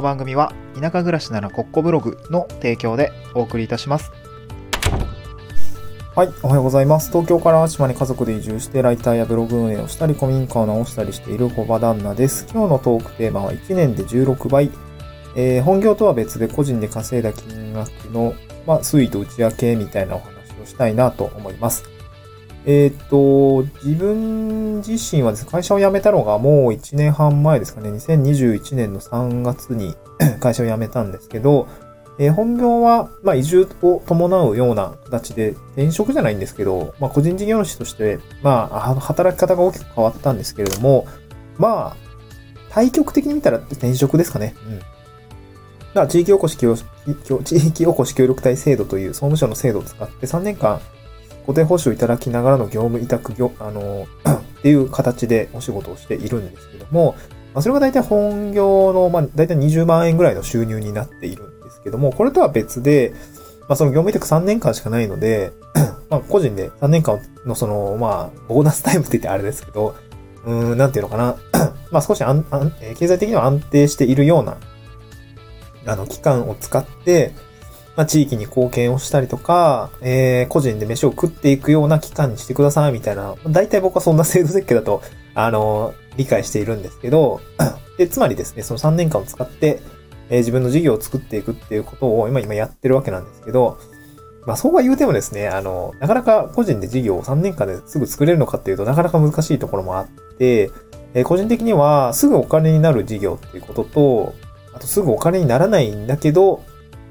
の番組は田舎暮らしならコッコブログの提供でお送りいたします。 はい、おはようございます。東京から島に家族で移住してライターやブログ運営をしたり古民家を直したりしている小場旦那です。今日のトークテーマは1年で16倍、本業とは別で個人で稼いだ金額の、推移と内訳みたいなお話をしたいなと思います。自分自身はですね、会社を辞めたのがもう1年半前ですかね、2021年の3月に会社を辞めたんですけど、本業は、移住を伴うような形で、転職じゃないんですけど、個人事業主として、働き方が大きく変わったんですけれども、対極的に見たら転職ですかね。地域おこし協力隊制度という総務省の制度を使って3年間固定報酬をいただきながらの業務委託っていう形でお仕事をしているんですけども、それが大体本業の、大体20万円ぐらいの収入になっているんですけども、これとは別で、その業務委託3年間しかないので、個人で3年間のボーナスタイムって言ってあれですけど、なんていうのかな。少し経済的には安定しているような、期間を使って、地域に貢献をしたりとか、個人で飯を食っていくような期間にしてくださいみたいな、大体僕はそんな制度設計だと、理解しているんですけど、つまりですね、その3年間を使って、自分の事業を作っていくっていうことを今やってるわけなんですけど、そうは言うてもですね、なかなか個人で事業を3年間ですぐ作れるのかっていうとなかなか難しいところもあって、個人的にはすぐお金になる事業っていうことと、あとすぐお金にならないんだけど、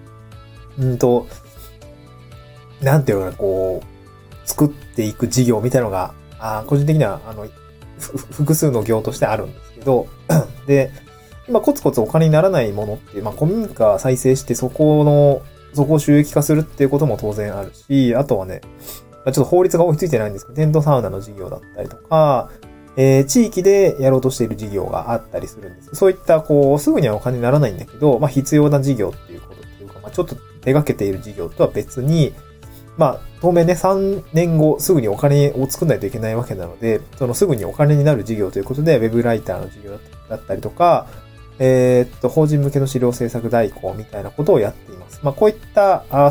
なんていうのかな、作っていく事業みたいなのが、個人的には、複数の業としてあるんですけど、で、今コツコツお金にならないものって、古民家再生してそこを収益化するっていうことも当然あるし、あとはね、ちょっと法律が追いついてないんですけど、テントサウナの事業だったりとか、地域でやろうとしている事業があったりするんです。そういった、すぐにはお金にならないんだけど、必要な事業っていうことっていうか、ちょっと手掛けている事業とは別に、当面ね、3年後すぐにお金を作んないといけないわけなので、そのすぐにお金になる事業ということで、ウェブライターの事業だったりとか、法人向けの資料制作代行みたいなことをやっています。こういった、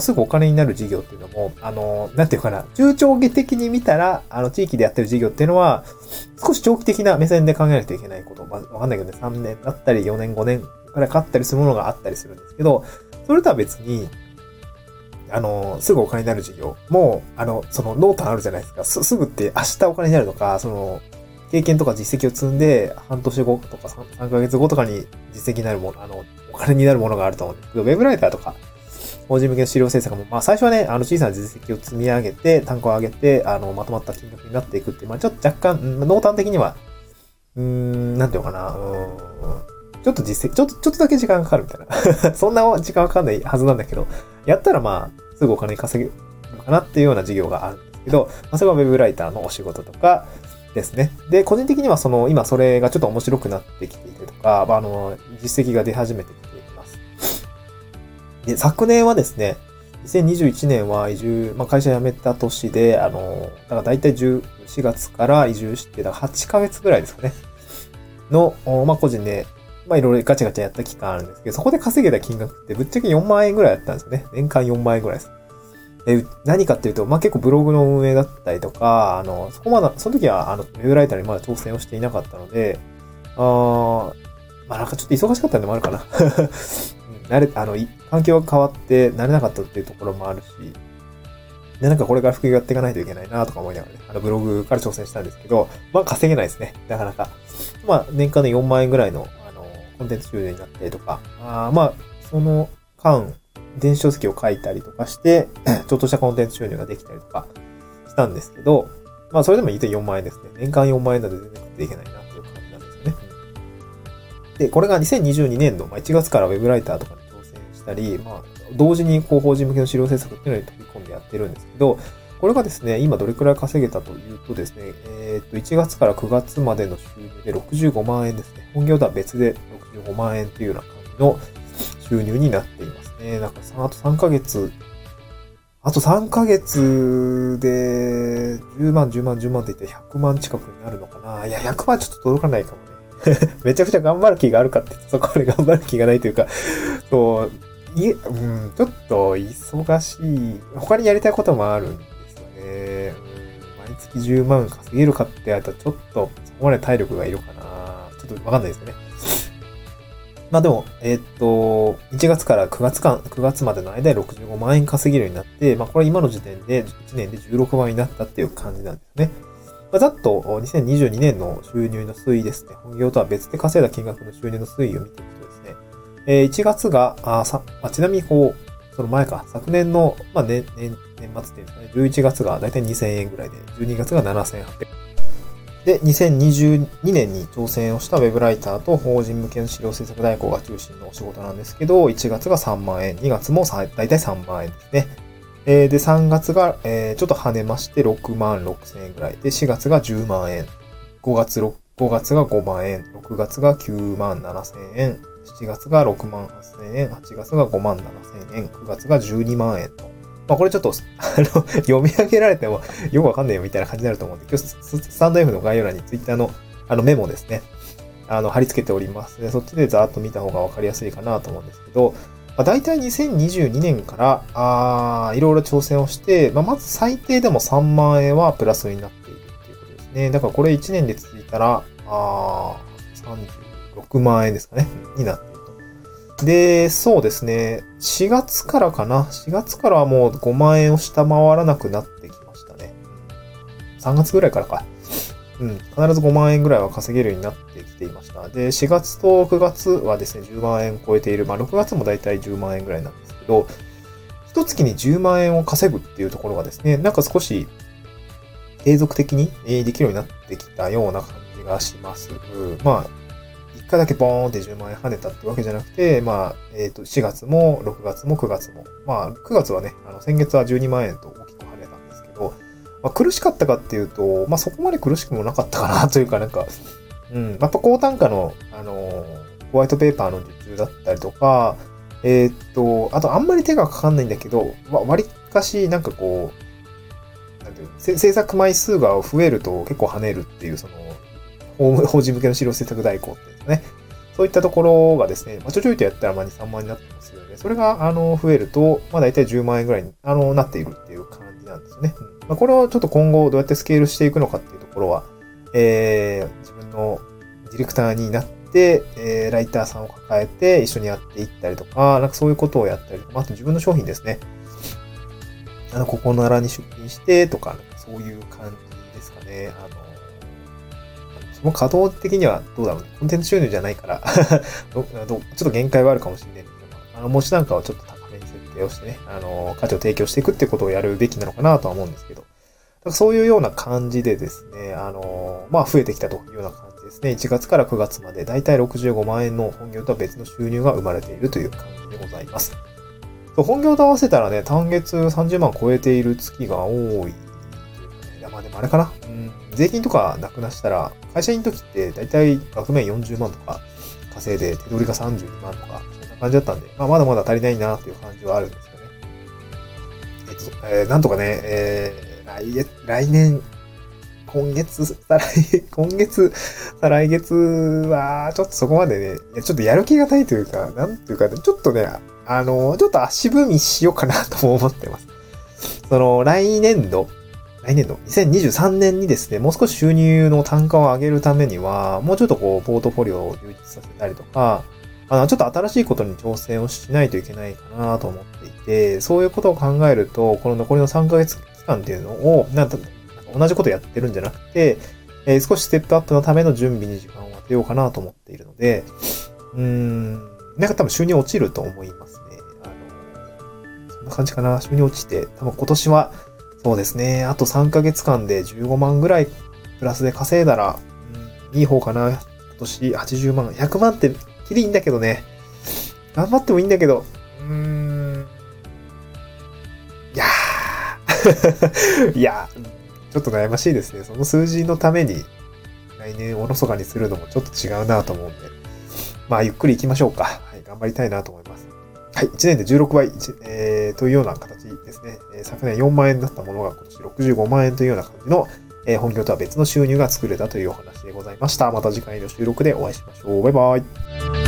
すぐお金になる事業っていうのも、なんていうかな、中長期的に見たら、地域でやってる事業っていうのは、少し長期的な目線で考えないといけないこと。わかんないけどね、3年だったり4年5年くらいかかったりするものがあったりするんですけど、それとは別に、すぐお金になる事業も、その濃淡あるじゃないですか。すぐって明日お金になるとか、経験とか実績を積んで、半年後とか3ヶ月後とかに実績になるもの、お金になるものがあると思うんですけど、ウェブライターとか、法人向けの資料制作も、最初はね、小さな実績を積み上げて、単価を上げて、まとまった金額になっていくっていう、ちょっと若干、濃淡的には、なんていうのかな、ちょっと実績、ちょっとだけ時間かかるみたいな。そんな時間かかんないはずなんだけど、やったらすぐお金稼げるのかなっていうような事業があるんですけど、それはウェブライターのお仕事とかですね。で、個人的には今それがちょっと面白くなってきていてとか、実績が出始めてきています。で、昨年はですね、2021年は移住、会社辞めた年で、だからだいたい14月から移住して、8ヶ月ぐらいですかね。の、個人で、いろいろガチャガチャやった期間あるんですけど、そこで稼げた金額ってぶっちゃけ4万円ぐらいだったんですよね。年間4万円ぐらいです。何かっていうと、結構ブログの運営だったりとか、その時は、ウェブライターにまだ挑戦をしていなかったので、なんかちょっと忙しかったんでもあるかな。環境が変わって慣れなかったっていうところもあるし、で、なんかこれから副業やっていかないといけないなとか思いながらね、ブログから挑戦したんですけど、稼げないですね。なかなか。年間で4万円ぐらいの、コンテンツ収入になったりとか、その間、電子書籍を書いたりとかして、ちょっとしたコンテンツ収入ができたりとかしたんですけど、それでも言って4万円ですね。年間4万円なんで全然食っていけないなっていう感じなんですよね。で、これが2022年度、1月からウェブライターとかに挑戦したり、同時に法人向けの資料制作っていうのに飛び込んでやってるんですけど、これがですね、今どれくらい稼げたというとですね、1月から9月までの収入で65万円ですね。本業とは別で65万円というような感じの収入になっていますね。なんかあと3ヶ月で10万って言って100万近くになるのかな。いや、100万ちょっと届かないかもね。 めちゃくちゃ頑張る気があるかって、そこまで頑張る気がないというか、そう、ちょっと忙しい。他にやりたいこともあるんですよね。毎月10万稼げるかってやると、ちょっと、そこまで体力がいるかな。ちょっとわかんないですよね。まあでも、1月から9月までの間で65万円稼げるようになって、まあこれ今の時点で1年で16万円になったっていう感じなんですね。まあ、ざっと2022年の収入の推移ですね。本業とは別で稼いだ金額の収入の推移を見ていくとですね、1月が、ちなみにその前か、昨年の、年末っていうんですかね、11月がだいたい2000円ぐらいで、12月が7800円。で、2022年に挑戦をしたウェブライターと法人向けの資料制作代行が中心のお仕事なんですけど、1月が3万円、2月もだいたい3万円ですね。で、3月が、ちょっと跳ねまして6万6千円ぐらい。で、4月が10万円。5月が5万円。6月が9万7千円。7月が6万8千円。8月が5万7千円。9月が12万円と。まあこれちょっと、読み上げられてもよくわかんないよみたいな感じになると思うんで、今日スタンド F の概要欄に Twitter のメモですね。貼り付けております。で、そっちでざーっと見た方がわかりやすいかなと思うんですけど、大体2022年から、いろいろ挑戦をして、まず最低でも3万円はプラスになっているっていうことですね。だからこれ1年で続いたら、36万円ですかね。になっていると。で、そうですね。4月からかな。4月からはもう5万円を下回らなくなってきましたね。3月ぐらいからか。必ず5万円ぐらいは稼げるようになってきていました。で、4月と9月はですね、10万円超えている。6月もだいたい10万円ぐらいなんですけど、一月に10万円を稼ぐっていうところがですね、なんか少し継続的にできるようになってきたような感じがします。一回だけボーンって10万円跳ねたってわけじゃなくて、4月も6月も9月も。9月はね、先月は12万円と大きく跳ねたんですけど、苦しかったかっていうと、そこまで苦しくもなかったかなというか、やっぱ高単価の、ホワイトペーパーの受注だったりとか、あとあんまり手がかかんないんだけど、割かし、制作枚数が増えると結構跳ねるっていう、法人向けの資料制作代行っていうんですかね。そういったところがですね、ちょちょいとやったら2、3万になってますよね。それが、増えると、だいたい10万円ぐらいに、なっているっていう感じなんですよね。これをちょっと今後どうやってスケールしていくのかっていうところは、自分のディレクターになって、ライターさんを抱えて一緒にやっていったりとか、そういうことをやったりとか、あと自分の商品ですね。ここならに出品してとか、そういう感じですかね。その稼働的にはどうだろうね。コンテンツ収入じゃないからちょっと限界はあるかもしれないんですけど、模試なんかはちょっと高めに設定をしてね、価値を提供していくってことをやるべきなのかなとは思うんですけど、そういうような感じでですね、増えてきたというような感じですね。1月から9月までだいたい65万円の本業とは別の収入が生まれているという感じでございます。本業と合わせたらね、単月30万超えている月が多い。でもあれかな。税金とかなくなしたら、会社員の時ってだいたい額面40万とか稼いで手取りが32万とか、そんな感じだったんで、まだまだ足りないなっていう感じはあるんですよね。なんとかね、来年、今月、再来月は、ちょっとそこまでね、ちょっとやる気がないというか、なんていうか、ちょっとね、ちょっと足踏みしようかなとも思ってます。来年度、2023年にですね、もう少し収入の単価を上げるためには、もうちょっとポートフォリオを充実させたりとか、ちょっと新しいことに挑戦をしないといけないかなと思っていて、そういうことを考えると、この残りの3ヶ月期間っていうのを、同じことやってるんじゃなくて、少しステップアップのための準備に時間を当てようかなと思っているので、多分収入落ちると思いますね。そんな感じかな。収入落ちて、多分今年は、そうですね。あと3ヶ月間で15万ぐらいプラスで稼いだら、いい方かな。今年80万、100万ってきりいいんだけどね。頑張ってもいいんだけど、いやちょっと悩ましいですね。その数字のために来年おろそかにするのもちょっと違うなと思うんで。ゆっくり行きましょうか。はい、頑張りたいなと思います。はい、1年で16倍、というような形ですね。昨年4万円だったものが今年65万円というような感じの本業とは別の収入が作れたというお話でございました。また次回の収録でお会いしましょう。バイバイ。